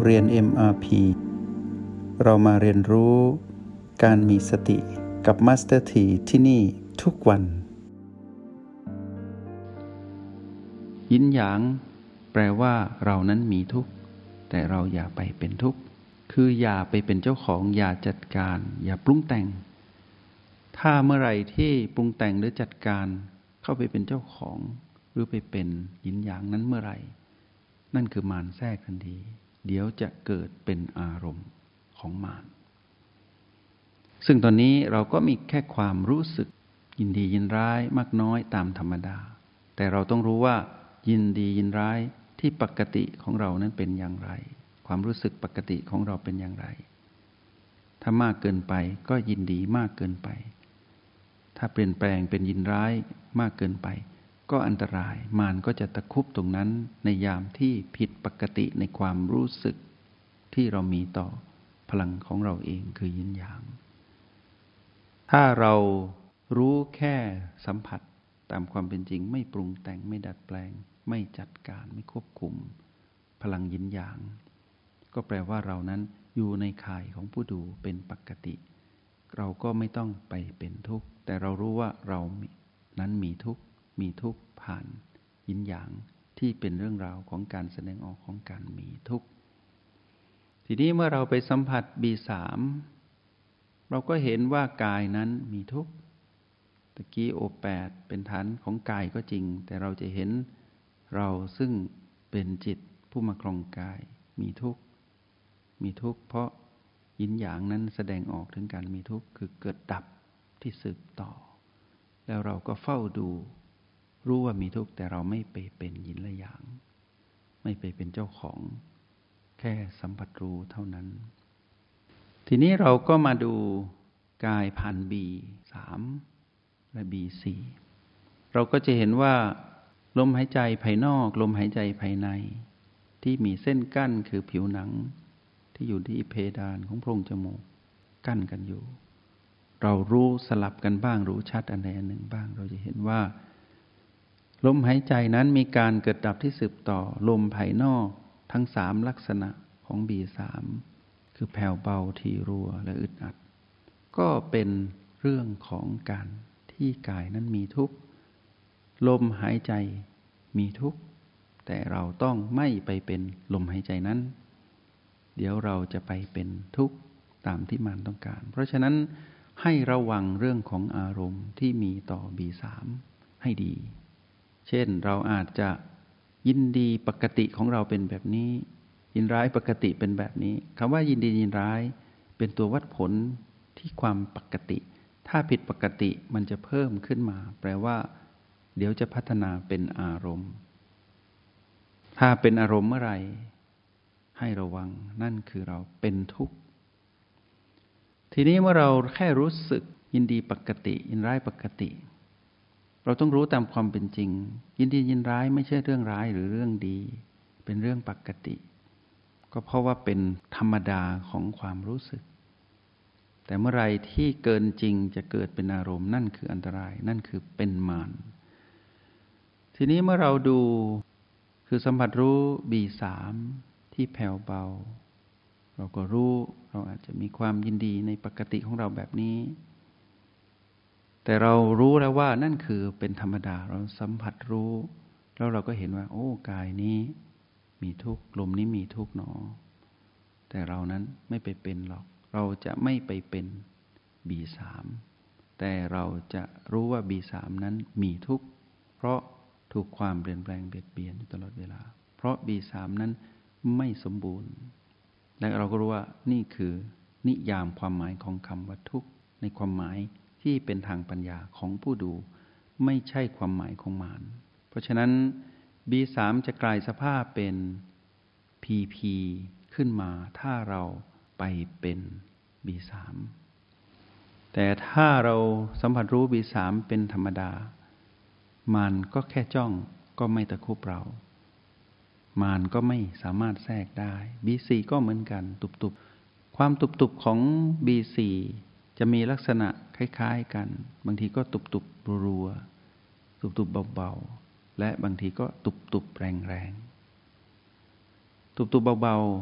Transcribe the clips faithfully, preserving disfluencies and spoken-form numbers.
เรียน เอ็ม อาร์ พี เรามาเรียนรู้การมีสติกับ Master T ที่นี่ทุกวันยินหยางแปลว่าเรานั้นมีทุกข์แต่เราอย่าไปเป็นทุกข์คืออย่าไปเป็นเจ้าของอย่าจัดการอย่าปรุงแต่งถ้าเมื่อไหร่ที่ปรุงแต่งหรือจัดการเข้าไปเป็นเจ้าของหรือไปเป็นยินหยางนั้นเมื่อไหร่นั่นคือมารแทรกทันทีเดี๋ยวจะเกิดเป็นอารมณ์ของมารซึ่งตอนนี้เราก็มีแค่ความรู้สึกยินดียินร้ายมากน้อยตามธรรมดาแต่เราต้องรู้ว่ายินดียินร้ายที่ปกติของเรานั้นเป็นอย่างไรความรู้สึกปกติของเราเป็นอย่างไรถ้ามากเกินไปก็ยินดีมากเกินไปถ้าเปลี่ยนแปลงเป็นยินร้ายมากเกินไปก็อันตรายมารก็จะตะคุบตรงนั้นในยามที่ผิดปกติในความรู้สึกที่เรามีต่อพลังของเราเองคือยินหยางถ้าเรารู้แค่สัมผัสตามความเป็นจริงไม่ปรุงแต่งไม่ดัดแปลงไม่จัดการไม่ควบคุมพลังยินหยางก็แปลว่าเรานั้นอยู่ในข่ายของผู้ดูเป็นปกติเราก็ไม่ต้องไปเป็นทุกข์แต่เรารู้ว่าเรานั้นมีทุกข์มีทุกข์ผ่านยินหยางที่เป็นเรื่องราวของการแสดงออกของการมีทุกข์ทีนี้เมื่อเราไปสัมผัส บี สาม เราก็เห็นว่ากายนั้นมีทุกข์ตะกี้ โอ แปด เป็นฐานของกายก็จริงแต่เราจะเห็นเราซึ่งเป็นจิตผู้มาครองกายมีทุกข์มีทุกข์เพราะยินหยางนั้นแสดงออกถึงการมีทุกข์คือเกิดดับที่สืบต่อแล้วเราก็เฝ้าดูรู้ว่ามีทุกข์แต่เราไม่ไปเป็นยินและหยางไม่ไปเป็นเจ้าของแค่สัมผัสรู้เท่านั้นทีนี้เราก็มาดูกายผ่าน บี สาม และ บี สี่ เราก็จะเห็นว่าลมหายใจภายนอกลมหายใจภายในที่มีเส้นกั้นคือผิวหนังที่อยู่ที่เพดานของโพรงจมูกกั้นกันอยู่เรารู้สลับกันบ้างรู้ชัดอันใดอันหนึ่งบ้างเราจะเห็นว่าลมหายใจนั้นมีการเกิดดับที่สืบต่อลมภายนอกทั้งสามลักษณะของ บี สาม คือแผ่วเบาถี่รัวและอึดอัดก็เป็นเรื่องของการที่กายนั้นมีทุกข์ลมหายใจมีทุกข์แต่เราต้องไม่ไปเป็นลมหายใจนั้นเดี๋ยวเราจะไปเป็นทุกข์ตามที่มารต้องการเพราะฉะนั้นให้ระวังเรื่องของอารมณ์ที่มีต่อ บี สาม ให้ดีเช่นเราอาจจะยินดีปกติของเราเป็นแบบนี้ยินร้ายปกติเป็นแบบนี้คำว่ายินดียินร้ายเป็นตัววัดผลที่ความปกติถ้าผิดปกติมันจะเพิ่มขึ้นมาแปลว่าเดี๋ยวจะพัฒนาเป็นอารมณ์ถ้าเป็นอารมณ์เมื่อไหร่ให้ระวังนั่นคือเราเป็นทุกข์ทีนี้เมื่อเราแค่รู้สึกยินดีปกติยินร้ายปกติเราต้องรู้ตามความเป็นจริงยินดียินร้ายไม่ใช่เรื่องร้ายหรือเรื่องดีเป็นเรื่องปกติก็เพราะว่าเป็นธรรมดาของความรู้สึกแต่เมื่อไรที่เกินจริงจะเกิดเป็นอารมณ์นั่นคืออันตรายนั่นคือเป็นมารทีนี้เมื่อเราดูคือสัมผัสรู้ บี สาม ที่แผ่วเบาเราก็รู้เราอาจจะมีความยินดีในปกติของเราแบบนี้แต่เรารู้แล้วว่านั่นคือเป็นธรรมดาเราสัมผัสรู้แล้วเราก็เห็นว่าโอ้กายนี้มีทุกข์ลมนี้มีทุกข์หนอแต่เรานั้นไม่ไปเป็นหรอกเราจะไม่ไปเป็น บี สาม แต่เราจะรู้ว่า บี สาม นั้นมีทุกข์เพราะถูกความเปลี่ยนแปลงเบียดเบียนอยู่ตลอดเวลาเพราะ บี สาม นั้นไม่สมบูรณ์และเราก็รู้ว่านี่คือนิยามความหมายของคำว่าทุกข์ในความหมายที่เป็นทางปัญญาของผู้ดูไม่ใช่ความหมายของมารเพราะฉะนั้น บี สาม จะกลายสภาพเป็น พี พี ขึ้นมาถ้าเราไปเป็น บี สาม แต่ถ้าเราสัมผัสรู้ บี สาม เป็นธรรมดามันก็แค่จ้องก็ไม่ตะคุบเรามารก็ไม่สามารถแทรกได้ บี สี่ ก็เหมือนกันตุบๆความตุบๆของ บี สี่ จะมีลักษณะคล้ายๆกันบางทีก็ตุบๆรัวๆตุบๆเบาๆและบางทีก็ตุบๆแรงๆตุบๆเบาๆ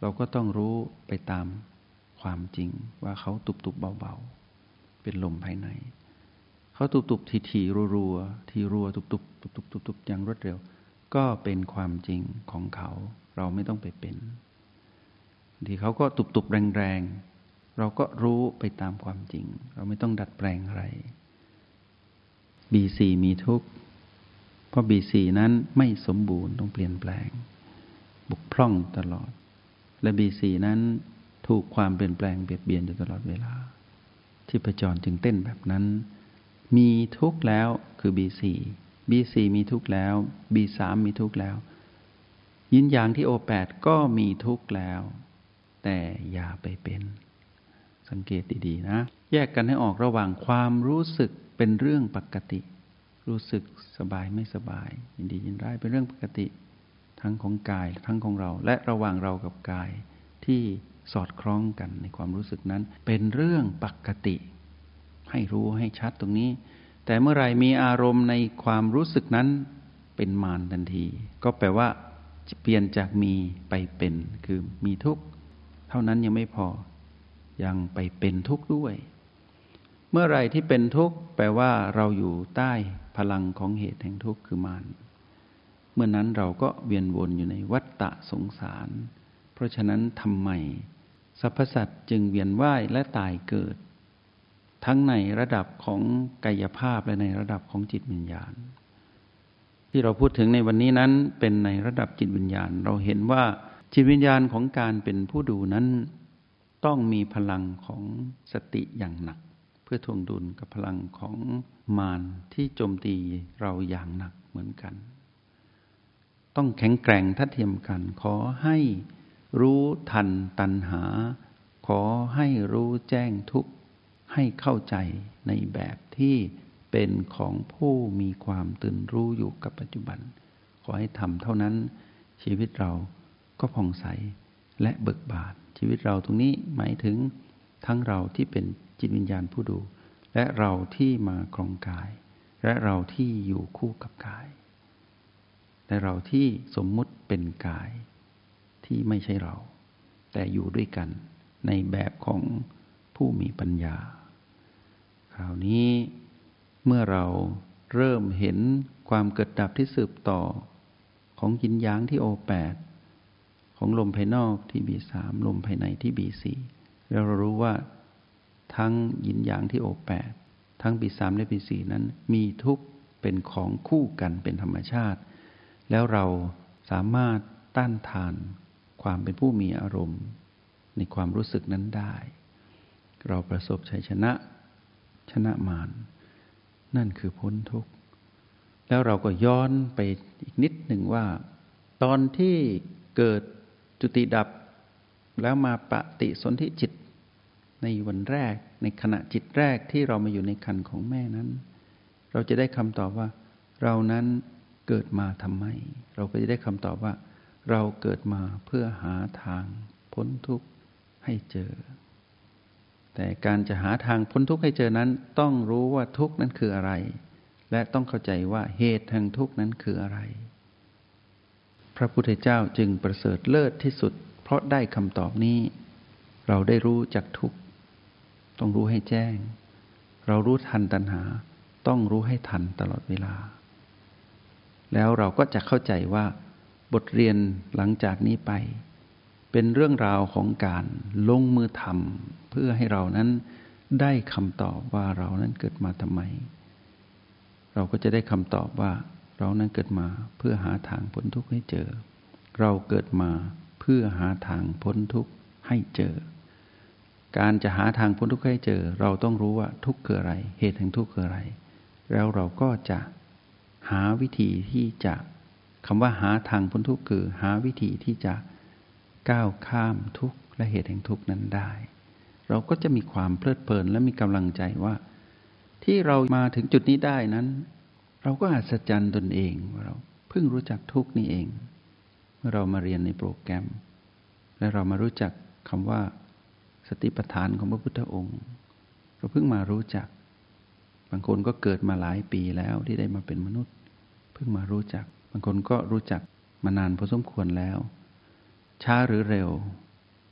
เราก็ต้องรู้ไปตามความจริงว่าเขาตุบๆเบาๆเป็นลมภายในเขาตุบๆทีๆรัวๆทีรัวตุบๆตุบๆอย่างรวดเร็วก็เป็นความจริงของเขาเราไม่ต้องไปเป็นทีเขาก็ตุบๆแรงๆเราก็รู้ไปตามความจริงเราไม่ต้องดัดแปลงอะไร บี โฟร์ มีทุกข์เพราะ บี โฟร์ นั้นไม่สมบูรณ์ต้องเปลี่ยนแปลงบกพร่องตลอดและ บี โฟร์ นั้นถูกความเปลี่ยนแปลงเบียดเบียนอยู่ตลอดเวลาชีพจรจึงเต้นแบบนั้นมีทุกข์แล้วคือ บี โฟร์ บี โฟร์ มีทุกข์แล้ว บี ทรี มีทุกข์แล้วยินหยางที่ โอ แปด ก็มีทุกข์แล้วแต่อย่าไปเป็นสังเกตดีๆนะแยกกันให้ออกระหว่างความรู้สึกเป็นเรื่องปกติรู้สึกสบายไม่สบายยินดียินร้ายเป็นเรื่องปกติทั้งของกายทั้งของเราและระหว่างเรากับกายที่สอดคล้องกันในความรู้สึกนั้นเป็นเรื่องปกติให้รู้ให้ชัดตรงนี้แต่เมื่อไหร่มีอารมณ์ในความรู้สึกนั้นเป็นมารทันทีก็แปลว่าเปลี่ยนจากมีไปเป็นคือมีทุกข์เท่านั้นยังไม่พอยังไปเป็นทุกข์ด้วยเมื่อไรที่เป็นทุกข์แปลว่าเราอยู่ใต้พลังของเหตุแห่งทุกข์คือมารเมื่อนั้นเราก็เวียนวนอยู่ในวัฏฏะสงสารเพราะฉะนั้นทำไมสรรพสัตว์จึงเวียนว่ายและตายเกิดทั้งในระดับของกายภาพและในระดับของจิตวิญญาณที่เราพูดถึงในวันนี้นั้นเป็นในระดับจิตวิญญาณเราเห็นว่าจิตวิญญาณของการเป็นผู้ดูนั้นต้องมีพลังของสติอย่างหนักเพื่อทวงดุลกับพลังของมารที่โจมตีเราอย่างหนักเหมือนกันต้องแข็งแกร่งทัดเทียมกันขอให้รู้ทันตัณหาขอให้รู้แจ้งทุกข์ให้เข้าใจในแบบที่เป็นของผู้มีความตื่นรู้อยู่กับปัจจุบันขอให้ทำเท่านั้นชีวิตเราก็ผ่องใสและเบิกบานชีวิตเราตรงนี้หมายถึงทั้งเราที่เป็นจิตวิญญาณผู้ดูและเราที่มาครองกายและเราที่อยู่คู่กับกายและเราที่สมมุติเป็นกายที่ไม่ใช่เราแต่อยู่ด้วยกันในแบบของผู้มีปัญญาคราวนี้เมื่อเราเริ่มเห็นความเกิดดับที่สืบต่อของยินหยางที่ โอ แปด ของลมภายนอกที่ บี สาม ลมภายในที่ บี โฟร์ แล้วเรารู้ว่าทั้งยินหยางที่ โอ แปด ทั้ง บี สาม และ บี โฟร์ นั้นมีทุกข์เป็นของคู่กันเป็นธรรมชาติแล้วเราสามารถต้านทานความเป็นผู้มีอารมณ์ในความรู้สึกนั้นได้เราประสบชัยชนะชนะมารนั่นคือพ้นทุกข์แล้วเราก็ย้อนไปอีกนิดหนึ่งว่าตอนที่เกิดจุติดับแล้วมาปฏิสนธิจิตในวันแรกในขณะจิตแรกที่เรามาอยู่ในครรภ์ของแม่นั้นเราจะได้คำตอบว่าเรานั้นเกิดมาทำไมเราก็จะได้คำตอบว่าเราเกิดมาเพื่อหาทางพ้นทุกข์ให้เจอแต่การจะหาทางพ้นทุกข์ให้เจอนั้นต้องรู้ว่าทุกข์นั้นคืออะไรและต้องเข้าใจว่าเหตุแห่งทุกข์นั้นคืออะไรพระพุทธเจ้าจึงประเสริฐเลิศที่สุดเพราะได้คำตอบนี้เราได้รู้จักทุกข์ต้องรู้ให้แจ้งเรารู้ทันตัณหาต้องรู้ให้ทันตลอดเวลาแล้วเราก็จะเข้าใจว่าบทเรียนหลังจากนี้ไปเป็นเรื่องราวของการลงมือทำเพื่อให้เรานั้นได้คำตอบว่าเรานั้นเกิดมาทำไมเราก็จะได้คำตอบว่าเรานั้นเกิดมาเพื่อหาทางพ้นทุกข์ให้เจอเราเกิดมาเพื่อหาทางพ้นทุกข์ให้เจอการจะหาทางพ้นทุกข์ให้เจอเราต้องรู้ว่าทุกข์คืออะไรเหตุแห่งทุกข์คืออะไรแล้วเราก็จะหาวิธีที่จะคำว่าหาทางพ้นทุกข์คือหาวิธีที่จะก้าวข้ามทุกข์และเหตุแห่งทุกข์นั้นได้เราก็จะมีความเพลิดเพลินและมีกำลังใจว่าที่เรามาถึงจุดนี้ได้นั้นเราก็อัศจรรย์ตนเองว่าเราเพิ่งรู้จักทุกข์นี่เองเมื่อเรามาเรียนในโปรแกรมและเรามารู้จักคำว่าสติปัฏฐานของพระพุทธองค์เราเพิ่งมารู้จักบางคนก็เกิดมาหลายปีแล้วที่ได้มาเป็นมนุษย์เพิ่งมารู้จักบางคนก็รู้จักมานานพอสมควรแล้วช้าหรือเร็ว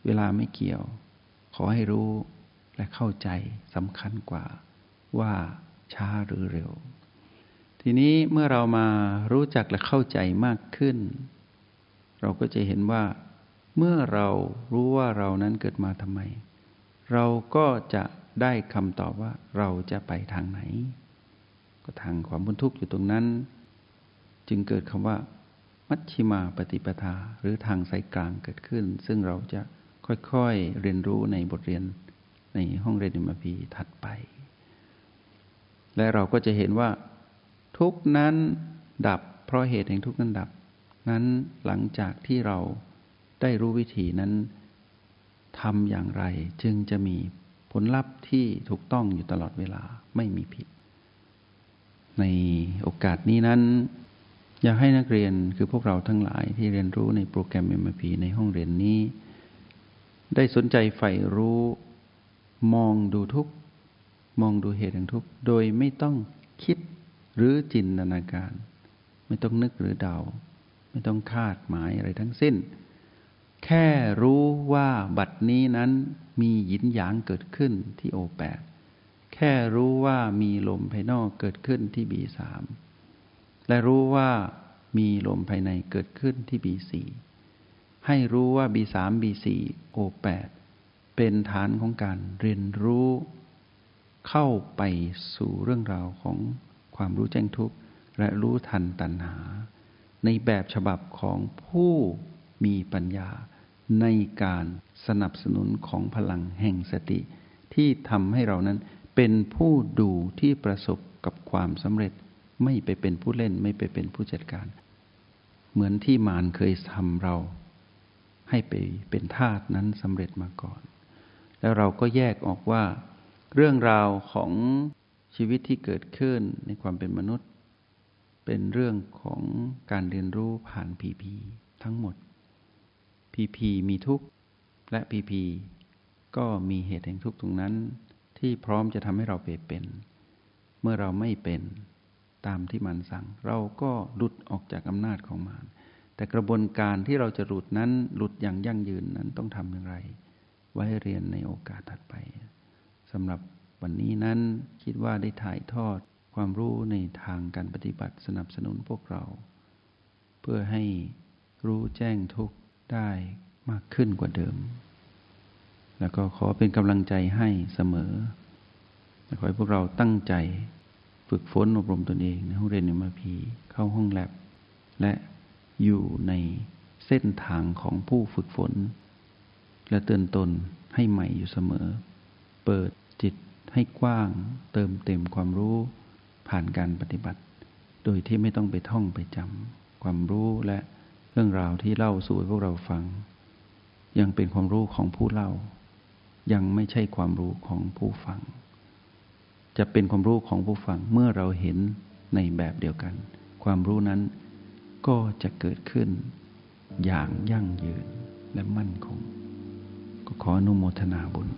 เวลาไม่เกี่ยวขอให้รู้และเข้าใจสำคัญกว่าว่าช้าหรือเร็วทีนี้เมื่อเรามารู้จักและเข้าใจมากขึ้นเราก็จะเห็นว่าเมื่อเรารู้ว่าเรานั้นเกิดมาทำไมเราก็จะได้คำตอบว่าเราจะไปทางไหนก็ทางความพ้นทุกข์อยู่ตรงนั้นจึงเกิดคำว่ามัชฌิมาปฏิปทาหรือทางสายกลางเกิดขึ้นซึ่งเราจะค่อยๆเรียนรู้ในบทเรียนในห้องเรียน เอ็ม อาร์ พี ถัดไปและเราก็จะเห็นว่าทุกข์นั้นดับเพราะเหตุแห่งทุกข์นั้นดับนั้นหลังจากที่เราได้รู้วิธีนั้นทำอย่างไรจึงจะมีผลลัพธ์ที่ถูกต้องอยู่ตลอดเวลาไม่มีผิดในโอกาสนี้นั้นอยากให้นักเรียนคือพวกเราทั้งหลายที่เรียนรู้ในโปรแกรม เอ็ม อาร์ พี ในห้องเรียนนี้ได้สนใจใฝ่รู้มองดูทุกข์มองดูเหตุแห่งทุกข์โดยไม่ต้องคิดหรือจินตนาการไม่ต้องนึกหรือเดาไม่ต้องคาดหมายอะไรทั้งสิ้นแค่รู้ว่าบัดนี้นั้นมีหยินหยางเกิดขึ้นที่โอแปดแค่รู้ว่ามีลมภายนอกเกิดขึ้นที่บีสามและรู้ว่ามีลมภายในเกิดขึ้นที่บีสี่ให้รู้ว่าบีสาม บีสี่ โอแปดเป็นฐานของการเรียนรู้เข้าไปสู่เรื่องราวของความรู้แจ้งทุกข์และรู้ทันตัณหาในแบบฉบับของผู้มีปัญญาในการสนับสนุนของพลังแห่งสติที่ทำให้เรานั้นเป็นผู้ดูที่ประสบกับความสำเร็จไม่ไปเป็นผู้เล่นไม่ไปเป็นผู้จัดการเหมือนที่มารเคยทำเราให้ไปเป็นทาสนั้นสำเร็จมาก่อนแล้วเราก็แยกออกว่าเรื่องราวของชีวิตที่เกิดขึ้นในความเป็นมนุษย์เป็นเรื่องของการเรียนรู้ผ่านพีพีทั้งหมดพีพีมีทุกข์และพีพีก็มีเหตุแห่งทุกข์ตรงนั้นที่พร้อมจะทำให้เราไปเป็นเมื่อเราไม่เป็นตามที่มันสั่งเราก็หลุดออกจากอำนาจของมารแต่กระบวนการที่เราจะหลุดนั้นหลุดอย่างยั่งยืนนั้นต้องทำอย่างไรไว้เรียนในโอกาสถัดไปสำหรับวันนี้นั้นคิดว่าได้ถ่ายทอดความรู้ในทางการปฏิบัติสนับสนุนพวกเราเพื่อให้รู้แจ้งทุกข์ได้มากขึ้นกว่าเดิมแล้วก็ขอเป็นกำลังใจให้เสมอขอให้พวกเราตั้งใจฝึกฝนอบรมตนเองในห้องเรียน เอ็ม อาร์ พี เข้าห้องแลบและอยู่ในเส้นทางของผู้ฝึกฝนและเตือนตนให้ใหม่อยู่เสมอเปิดจิตให้กว้างเติมเต็มความรู้ผ่านการปฏิบัติโดยที่ไม่ต้องไปท่องไปจำความรู้และเรื่องราวที่เล่าสู่ให้พวกเราฟังยังเป็นความรู้ของผู้เล่ายังไม่ใช่ความรู้ของผู้ฟังจะเป็นความรู้ของผู้ฟังเมื่อเราเห็นในแบบเดียวกันความรู้นั้นก็จะเกิดขึ้นอย่างยั่งยืนและมั่นคงก็ขออนุโมทนาบุญ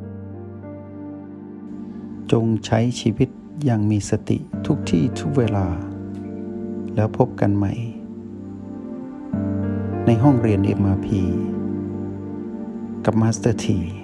จงใช้ชีวิตอย่างมีสติทุกที่ทุกเวลาแล้วพบกันใหม่ในห้องเรียน เอ็ม อาร์ พี กับมาสเตอร์ที